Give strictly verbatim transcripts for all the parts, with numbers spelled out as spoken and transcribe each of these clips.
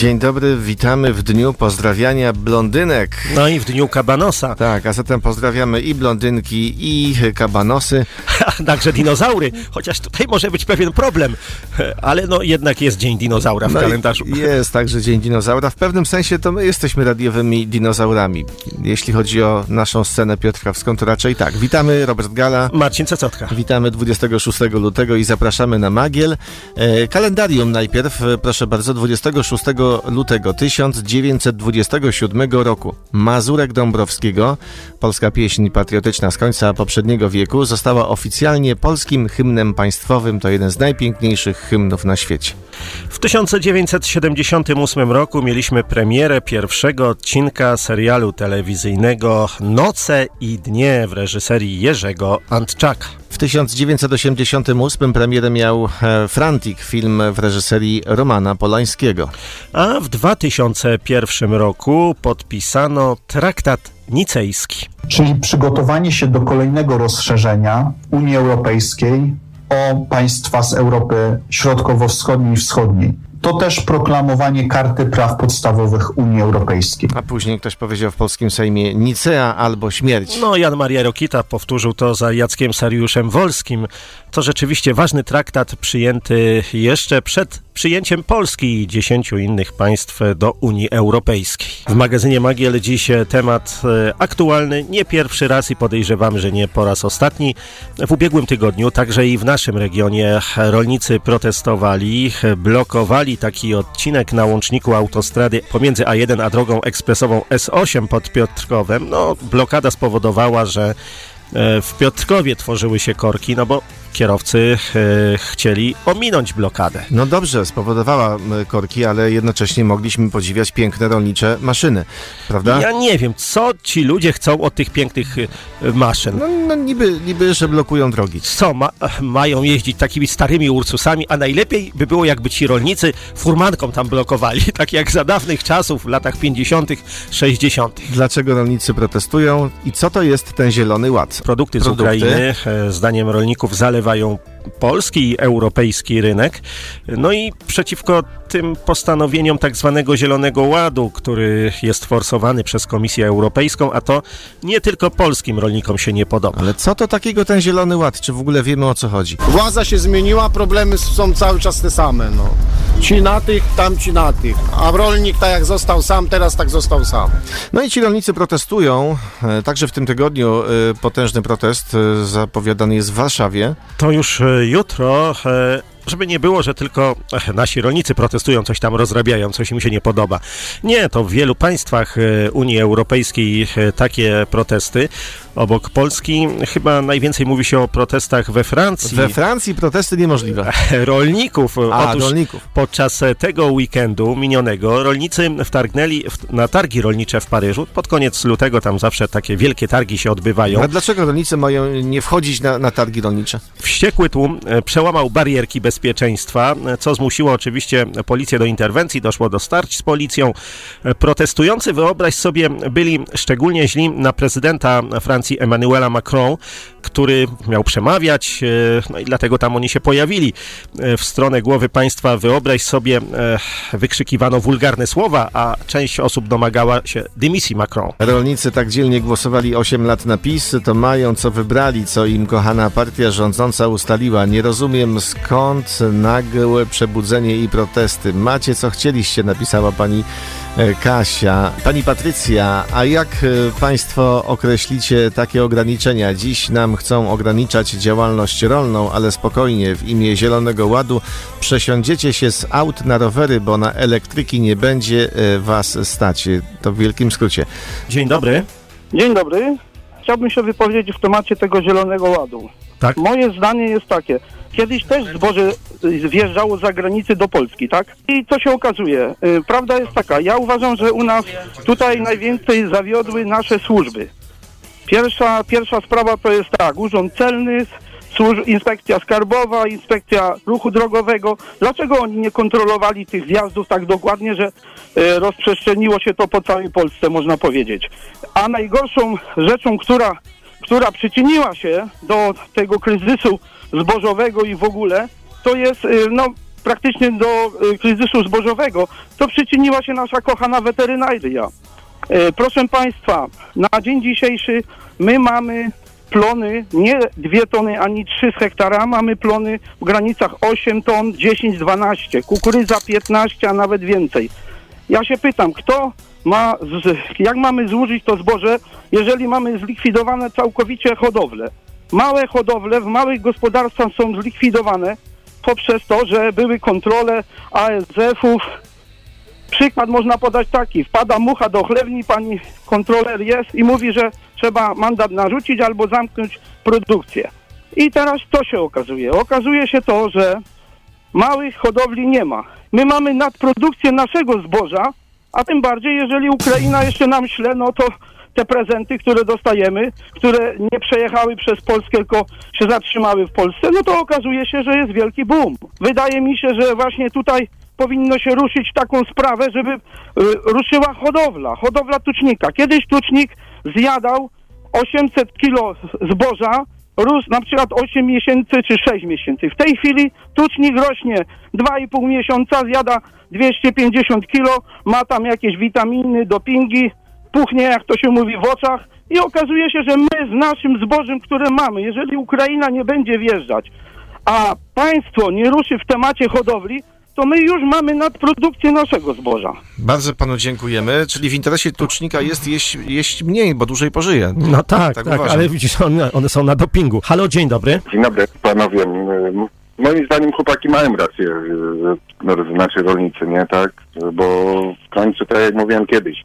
Dzień dobry, witamy w dniu pozdrawiania blondynek. No i w dniu kabanosa. Tak, a zatem pozdrawiamy i blondynki, i kabanosy. Także dinozaury, chociaż tutaj może być pewien problem, ale no jednak jest Dzień Dinozaura w no kalendarzu. Jest także Dzień Dinozaura. W pewnym sensie to my jesteśmy radiowymi dinozaurami. Jeśli chodzi o naszą scenę piotrkowską, to raczej tak. Witamy, Robert Gala. Marcin Cecotka. Witamy dwudziestego szóstego lutego i zapraszamy na Magiel. E, kalendarium najpierw, proszę bardzo, dwudziestego szóstego lutego tysiąc dziewięćset dwudziestego siódmego roku. Mazurek Dąbrowskiego, polska pieśń patriotyczna z końca poprzedniego wieku, została oficjalnie polskim hymnem państwowym. To jeden z najpiękniejszych hymnów na świecie. W tysiąc dziewięćset siedemdziesiątym ósmym roku mieliśmy premierę pierwszego odcinka serialu telewizyjnego Noce i dnie w reżyserii Jerzego Antczaka. W tysiąc dziewięćset osiemdziesiątym ósmym premierę miał e, Frantik, film w reżyserii Romana Polańskiego. A w dwa tysiące pierwszym roku podpisano traktat nicejski. Czyli przygotowanie się do kolejnego rozszerzenia Unii Europejskiej o państwa z Europy Środkowo-Wschodniej i Wschodniej. To też proklamowanie Karty Praw Podstawowych Unii Europejskiej. A później ktoś powiedział w polskim Sejmie Nicea albo śmierć. No, Jan Maria Rokita powtórzył to za Jackiem Sariuszem Wolskim. To rzeczywiście ważny traktat przyjęty jeszcze przed przyjęciem Polski i dziesięciu innych państw do Unii Europejskiej. W magazynie Magiel dziś temat aktualny, nie pierwszy raz i podejrzewamy, że nie po raz ostatni. W ubiegłym tygodniu także i w naszym regionie rolnicy protestowali, blokowali taki odcinek na łączniku autostrady pomiędzy A jeden a drogą ekspresową S osiem pod Piotrkowem. No, blokada spowodowała, że w Piotrkowie tworzyły się korki, no bo kierowcy e, chcieli ominąć blokadę. No dobrze, spowodowała korki, ale jednocześnie mogliśmy podziwiać piękne rolnicze maszyny, prawda? Ja nie wiem, co ci ludzie chcą od tych pięknych e, maszyn. No, no niby, niby, że blokują drogi. Co, ma, mają jeździć takimi starymi Ursusami, a najlepiej by było, jakby ci rolnicy furmanką tam blokowali, tak jak za dawnych czasów, w latach pięćdziesiątych, sześćdziesiątych. Dlaczego rolnicy protestują i co to jest ten Zielony Ład? Produkty, Produkty. z Ukrainy, e, zdaniem rolników, zalewają polski i europejski rynek. No i przeciwko tym postanowieniom tak zwanego Zielonego Ładu, który jest forsowany przez Komisję Europejską, a to nie tylko polskim rolnikom się nie podoba. Ale co to takiego ten Zielony Ład? Czy w ogóle wiemy, o co chodzi? Władza się zmieniła, problemy są cały czas te same. No. Ci na tych, tamci na tych. A rolnik tak jak został sam, teraz tak został sam. No i ci rolnicy protestują. Także w tym tygodniu potężny protest zapowiadany jest w Warszawie. To już jutro, żeby nie było, że tylko nasi rolnicy protestują, coś tam rozrabiają, coś im się nie podoba. Nie, to w wielu państwach Unii Europejskiej takie protesty. Obok Polski chyba najwięcej mówi się o protestach we Francji. We Francji protesty niemożliwe. Rolników. A, Otóż rolników. Podczas tego weekendu minionego rolnicy wtargnęli na targi rolnicze w Paryżu. Pod koniec lutego tam zawsze takie wielkie targi się odbywają. A dlaczego rolnicy mają nie wchodzić na, na targi rolnicze? Wściekły tłum przełamał barierki bezpieczeństwa, co zmusiło oczywiście policję do interwencji. Doszło do starć z policją. Protestujący, wyobraź sobie, byli szczególnie źli na prezydenta Francji Emmanuela Macron, który miał przemawiać, no i dlatego tam oni się pojawili. W stronę głowy państwa, wyobraź sobie, wykrzykiwano wulgarne słowa, a część osób domagała się dymisji Macron. Rolnicy tak dzielnie głosowali osiem lat na PiS, to mają co wybrali, co im kochana partia rządząca ustaliła. Nie rozumiem, skąd nagłe przebudzenie i protesty. Macie co chcieliście, napisała pani Kasia. Pani Patrycja, a jak państwo określicie takie ograniczenia? Dziś nam chcą ograniczać działalność rolną, ale spokojnie, w imię Zielonego Ładu przesiądziecie się z aut na rowery, bo na elektryki nie będzie was stać. To w wielkim skrócie. Dzień dobry. Dzień dobry. Chciałbym się wypowiedzieć w temacie tego Zielonego Ładu. Tak? Moje zdanie jest takie. Kiedyś też zboże wjeżdżało z zagranicy do Polski, tak? I co się okazuje? Prawda jest taka, ja uważam, że u nas tutaj najwięcej zawiodły nasze służby. Pierwsza, pierwsza sprawa to jest tak, Urząd Celny, służ- Inspekcja Skarbowa, Inspekcja Ruchu Drogowego. Dlaczego oni nie kontrolowali tych wjazdów tak dokładnie, że e, rozprzestrzeniło się to po całej Polsce, można powiedzieć. A najgorszą rzeczą, która, która przyczyniła się do tego kryzysu zbożowego i w ogóle, to jest, e, no, praktycznie do y, kryzysu zbożowego, to przyczyniła się nasza kochana weterynaria. Y, proszę Państwa, na dzień dzisiejszy my mamy plony, nie dwie tony ani trzy z hektara, mamy plony w granicach osiem ton, dziesięć, dwanaście, kukurydza piętnaście, a nawet więcej. Ja się pytam, kto ma, z, jak mamy złożyć to zboże, jeżeli mamy zlikwidowane całkowicie hodowle? Małe hodowle w małych gospodarstwach są zlikwidowane poprzez to, że były kontrole A S F-ów. Przykład można podać taki, wpada mucha do chlewni, pani kontroler jest i mówi, że trzeba mandat narzucić albo zamknąć produkcję. I teraz to się okazuje. Okazuje się to, że małych hodowli nie ma. My mamy nadprodukcję naszego zboża, a tym bardziej, jeżeli Ukraina jeszcze nam śle, no to te prezenty, które dostajemy, które nie przejechały przez Polskę, tylko się zatrzymały w Polsce, no to okazuje się, że jest wielki boom. Wydaje mi się, że właśnie tutaj powinno się ruszyć taką sprawę, żeby y, ruszyła hodowla, hodowla tucznika. Kiedyś tucznik zjadał osiemset kilo zboża, rósł na przykład osiem miesięcy czy sześć miesięcy. W tej chwili tucznik rośnie dwa i pół miesiąca, zjada dwieście pięćdziesiąt kilo, ma tam jakieś witaminy, dopingi, puchnie, jak to się mówi, w oczach i okazuje się, że my z naszym zbożem, które mamy, jeżeli Ukraina nie będzie wjeżdżać, a państwo nie ruszy w temacie hodowli, to my już mamy nadprodukcję naszego zboża. Bardzo panu dziękujemy. Czyli w interesie tucznika jest jeść, jeść mniej, bo dłużej pożyje. No tak, tak, tak ale widzisz, one, one są na dopingu. Halo, dzień dobry. Dzień dobry, panowie. Moim zdaniem chłopaki mają rację, no, znaczy rolnicy, nie, tak? Bo w końcu, tak jak mówiłem kiedyś,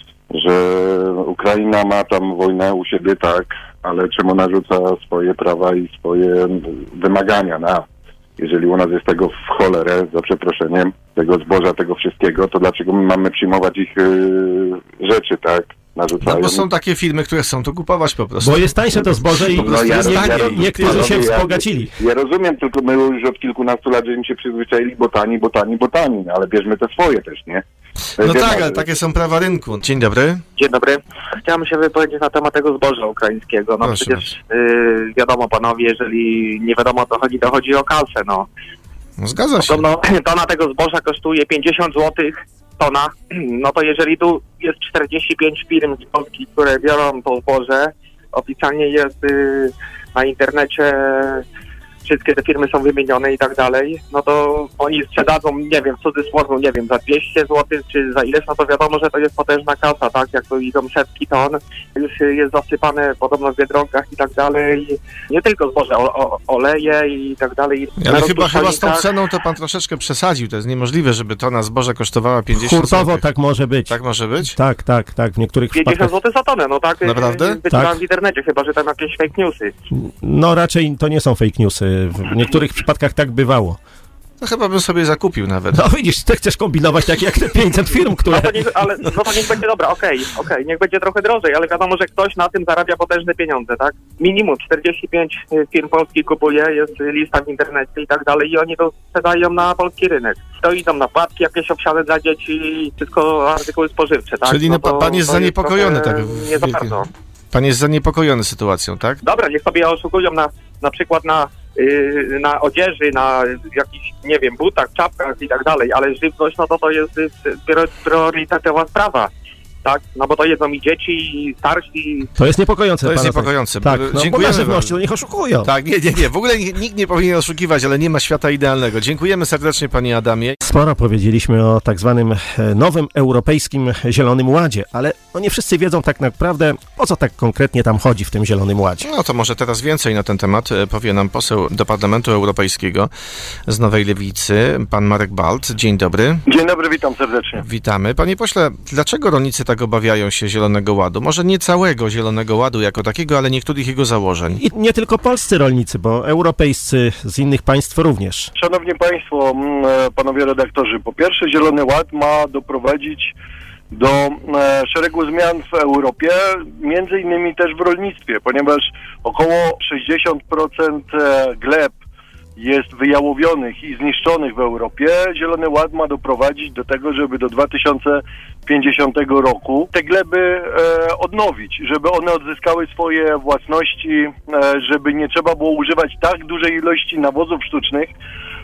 że Ukraina ma tam wojnę u siebie, tak, ale czemu narzuca swoje prawa i swoje wymagania na... Jeżeli u nas jest tego w cholerę, za przeproszeniem, tego zboża, tego wszystkiego, to dlaczego my mamy przyjmować ich yy, rzeczy, tak? Narzucają. No bo są takie firmy, które chcą to kupować po prostu. Bo jest tańsze to zboże i no, ja, nie, ja, ja, niektórzy ja, się ja, wzbogacili. Ja, ja rozumiem, tylko my już od kilkunastu lat, żeśmy się przyzwyczaili, bo tani, bo tani, bo tani, ale bierzmy te swoje też, nie? No tak, ale takie są prawa rynku. Dzień dobry. Dzień dobry. Chciałem się wypowiedzieć na temat tego zboża ukraińskiego. No Proszę przecież yy, wiadomo, panowie, jeżeli nie wiadomo o co chodzi, to chodzi o kasę, no. No zgadza się. To, no, tona tego zboża kosztuje pięćdziesiąt złotych, tona. No to jeżeli tu jest czterdzieści pięć firm z Polski, które biorą to zboże, oficjalnie jest yy, na internecie, wszystkie te firmy są wymienione i tak dalej, no to oni sprzedadzą, nie wiem, w cudzysłowie, nie wiem, za dwieście złotych czy za ileś, no to wiadomo, że to jest potężna kasa, tak, jak to idą setki ton, już jest zasypane podobno w Biedronkach i tak dalej, nie tylko zboże, o, o, oleje i tak dalej. Ale chyba, chyba z tą ceną to pan troszeczkę przesadził, to jest niemożliwe, żeby tona zboża kosztowała pięćdziesiąt Hurtowo złotych. tak może być. Tak może być? Tak, tak, tak, w niektórych pięćdziesiąt przypadkach. złotych za tonę, no tak. Naprawdę? Wyczytałem Tak. w internecie, chyba że tam jakieś fake newsy. No raczej to nie są fake newsy. W niektórych przypadkach tak bywało. No chyba bym sobie zakupił nawet. No widzisz, ty chcesz kombinować tak jak te pięćset firm, które... No to niech, ale, no to niech będzie, dobra, okej, okay, okej, okay, niech będzie trochę drożej, ale wiadomo, że ktoś na tym zarabia potężne pieniądze, tak? Minimum czterdzieści pięć firm polskich kupuje, jest lista w internecie i tak dalej i oni to sprzedają na polski rynek. To idą na płatki, jakieś obsiady dla dzieci, wszystko artykuły spożywcze, tak? Czyli no, to, pan jest zaniepokojony, tak? Nie za bardzo. Pan jest zaniepokojony sytuacją, tak? Dobra, niech sobie oszukują na, na przykład na, yy, na odzieży, na jakichś, nie wiem, butach, czapkach i tak dalej, ale żywność, no to to jest priorytetowa sprawa. Tak, no bo to jedzą i dzieci, i starsi. To jest niepokojące. To jest pana, niepokojące. Tak, no, dziękujemy. Bo na żywności, no niech oszukują. Tak, nie, nie, nie. W ogóle nikt nie powinien oszukiwać, ale nie ma świata idealnego. Dziękujemy serdecznie, panie Adamie. Sporo powiedzieliśmy o tak zwanym nowym europejskim Zielonym Ładzie, ale no nie wszyscy wiedzą tak naprawdę, o co tak konkretnie tam chodzi w tym Zielonym Ładzie. No to może teraz więcej na ten temat powie nam poseł do Parlamentu Europejskiego z Nowej Lewicy, pan Marek Balt. Dzień dobry. Dzień dobry, witam serdecznie. Witamy. Panie pośle, dlaczego rolnicy tak obawiają się Zielonego Ładu? Może nie całego Zielonego Ładu jako takiego, ale niektórych jego założeń. I nie tylko polscy rolnicy, bo europejscy z innych państw również. Szanowni Państwo, panowie redaktorzy, po pierwsze Zielony Ład ma doprowadzić do e, szeregu zmian w Europie, między innymi też w rolnictwie, ponieważ około sześćdziesiąt procent gleb jest wyjałowionych i zniszczonych w Europie. Zielony Ład ma doprowadzić do tego, żeby do dwa tysiące pięćdziesiątego roku te gleby e, odnowić, żeby one odzyskały swoje własności, e, żeby nie trzeba było używać tak dużej ilości nawozów sztucznych,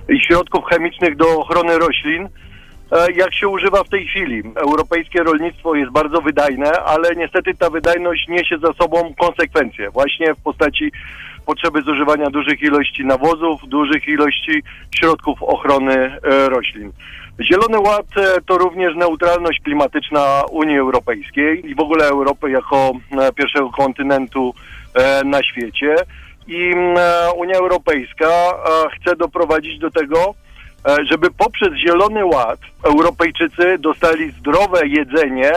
i środków chemicznych do ochrony roślin, jak się używa w tej chwili. Europejskie rolnictwo jest bardzo wydajne, ale niestety ta wydajność niesie za sobą konsekwencje, właśnie w postaci potrzeby zużywania dużych ilości nawozów, dużych ilości środków ochrony roślin. Zielony Ład to również neutralność klimatyczna Unii Europejskiej i w ogóle Europy jako pierwszego kontynentu na świecie. I Unia Europejska chce doprowadzić do tego, żeby poprzez Zielony Ład Europejczycy dostali zdrowe jedzenie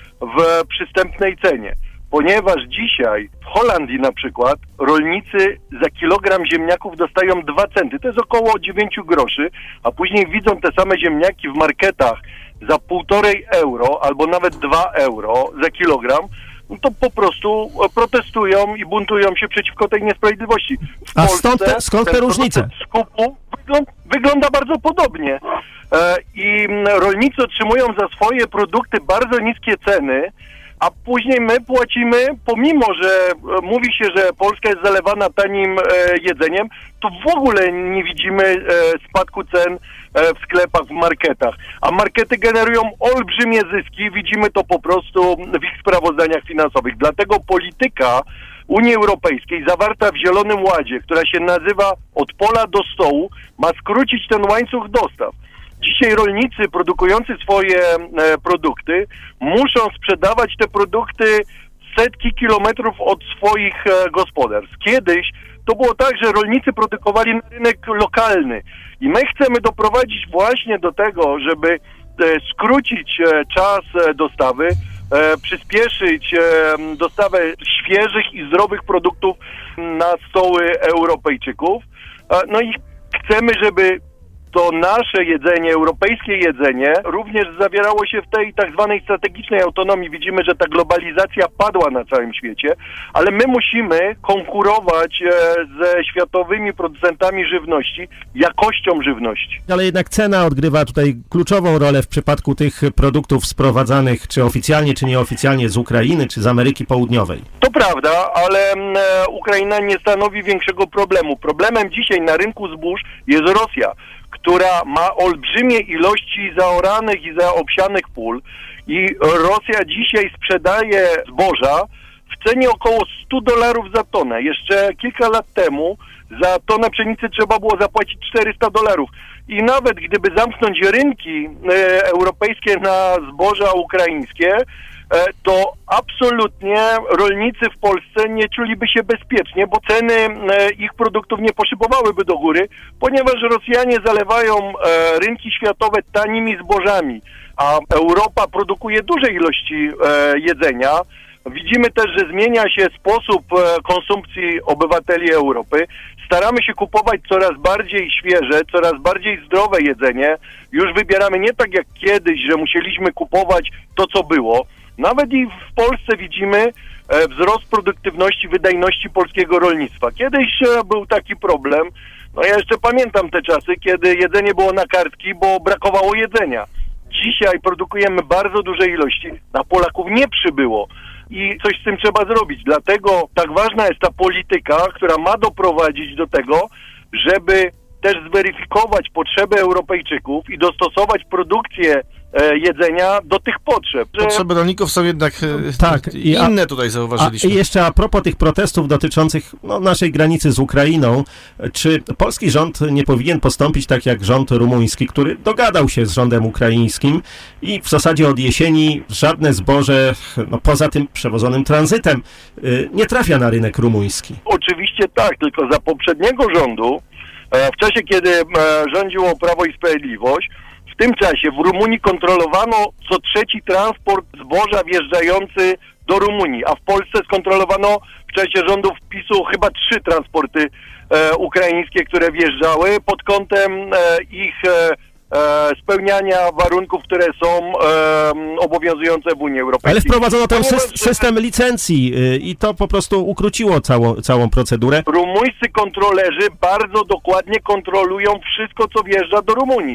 w przystępnej cenie. Ponieważ dzisiaj w Holandii na przykład rolnicy za kilogram ziemniaków dostają dwa centy, to jest około dziewięć groszy, a później widzą te same ziemniaki w marketach za półtorej euro albo nawet dwa euro za kilogram, no to po prostu protestują i buntują się przeciwko tej niesprawiedliwości. W A Polsce stąd te, skąd te różnice? Skupu wygląda, wygląda bardzo podobnie. E, I rolnicy otrzymują za swoje produkty bardzo niskie ceny, a później my płacimy, pomimo że mówi się, że Polska jest zalewana tanim e, jedzeniem, to w ogóle nie widzimy e, spadku cen e, w sklepach, w marketach. A markety generują olbrzymie zyski, widzimy to po prostu w ich sprawozdaniach finansowych. Dlatego polityka Unii Europejskiej zawarta w Zielonym Ładzie, która się nazywa Od pola do stołu, ma skrócić ten łańcuch dostaw. Dzisiaj rolnicy produkujący swoje e, produkty muszą sprzedawać te produkty setki kilometrów od swoich e, gospodarstw. Kiedyś to było tak, że rolnicy produkowali na rynek lokalny i my chcemy doprowadzić właśnie do tego, żeby e, skrócić e, czas e, dostawy, e, przyspieszyć e, dostawę świeżych i zdrowych produktów na stoły Europejczyków. E, no i chcemy, żeby to nasze jedzenie, europejskie jedzenie również zawierało się w tej tak zwanej strategicznej autonomii. Widzimy, że ta globalizacja padła na całym świecie, ale my musimy konkurować ze światowymi producentami żywności, jakością żywności. Ale jednak cena odgrywa tutaj kluczową rolę w przypadku tych produktów sprowadzanych czy oficjalnie, czy nieoficjalnie z Ukrainy, czy z Ameryki Południowej. To prawda, ale e, Ukraina nie stanowi większego problemu. Problemem dzisiaj na rynku zbóż jest Rosja, która ma olbrzymie ilości zaoranych i zaobsianych pól i Rosja dzisiaj sprzedaje zboża w cenie około sto dolarów za tonę. Jeszcze kilka lat temu za tonę pszenicy trzeba było zapłacić czterysta dolarów. I nawet gdyby zamknąć rynki e, europejskie na zboża ukraińskie, e, to absolutnie rolnicy w Polsce nie czuliby się bezpiecznie, bo ceny e, ich produktów nie poszybowałyby do góry, ponieważ Rosjanie zalewają e, rynki światowe tanimi zbożami, a Europa produkuje duże ilości e, jedzenia. Widzimy też, że zmienia się sposób konsumpcji obywateli Europy. Staramy się kupować coraz bardziej świeże, coraz bardziej zdrowe jedzenie. Już wybieramy nie tak jak kiedyś, że musieliśmy kupować to, co było. Nawet i w Polsce widzimy wzrost produktywności, wydajności polskiego rolnictwa. Kiedyś był taki problem, no ja jeszcze pamiętam te czasy, kiedy jedzenie było na kartki, bo brakowało jedzenia. Dzisiaj produkujemy bardzo duże ilości, na Polaków nie przybyło. I coś z tym trzeba zrobić. Dlatego tak ważna jest ta polityka, która ma doprowadzić do tego, żeby też zweryfikować potrzeby Europejczyków i dostosować produkcję e, jedzenia do tych potrzeb. Że... Potrzeby rolników są jednak e, tak, i inne a, tutaj zauważyliśmy. A, I jeszcze a propos tych protestów dotyczących no, naszej granicy z Ukrainą, czy polski rząd nie powinien postąpić tak jak rząd rumuński, który dogadał się z rządem ukraińskim i w zasadzie od jesieni żadne zboże, no, poza tym przewozonym tranzytem, y, nie trafia na rynek rumuński? Oczywiście tak, tylko za poprzedniego rządu, w czasie, kiedy rządziło Prawo i Sprawiedliwość, w tym czasie w Rumunii kontrolowano co trzeci transport zboża wjeżdżający do Rumunii, a w Polsce skontrolowano w czasie rządów PiS-u chyba trzy transporty e, ukraińskie, które wjeżdżały pod kątem e, ich e, spełniania warunków, które są e, obowiązujące w Unii Europejskiej. Ale wprowadzono ten system licencji i to po prostu ukróciło całą, całą procedurę. Rumuńscy kontrolerzy bardzo dokładnie kontrolują wszystko, co wjeżdża do Rumunii.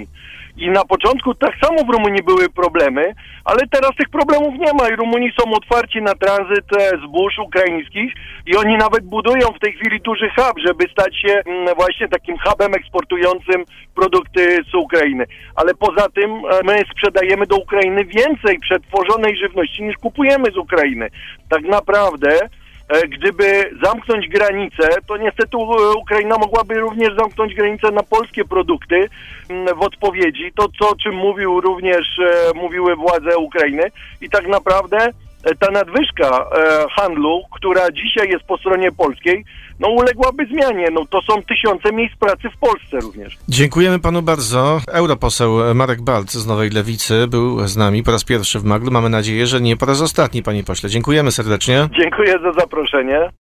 I na początku tak samo w Rumunii były problemy, ale teraz tych problemów nie ma i Rumuni są otwarci na tranzyt zbóż ukraińskich i oni nawet budują w tej chwili duży hub, żeby stać się właśnie takim hubem eksportującym produkty z Ukrainy. Ale poza tym my sprzedajemy do Ukrainy więcej przetworzonej żywności niż kupujemy z Ukrainy. Tak naprawdę gdyby zamknąć granicę, to niestety Ukraina mogłaby również zamknąć granicę na polskie produkty w odpowiedzi. To, co, o czym mówił również, mówiły władze Ukrainy. I tak naprawdę ta nadwyżka handlu, która dzisiaj jest po stronie polskiej, no uległaby zmianie. No to są tysiące miejsc pracy w Polsce również. Dziękujemy panu bardzo. Europoseł Marek Balc z Nowej Lewicy był z nami po raz pierwszy w Maglu. Mamy nadzieję, że nie po raz ostatni, panie pośle. Dziękujemy serdecznie. Dziękuję za zaproszenie.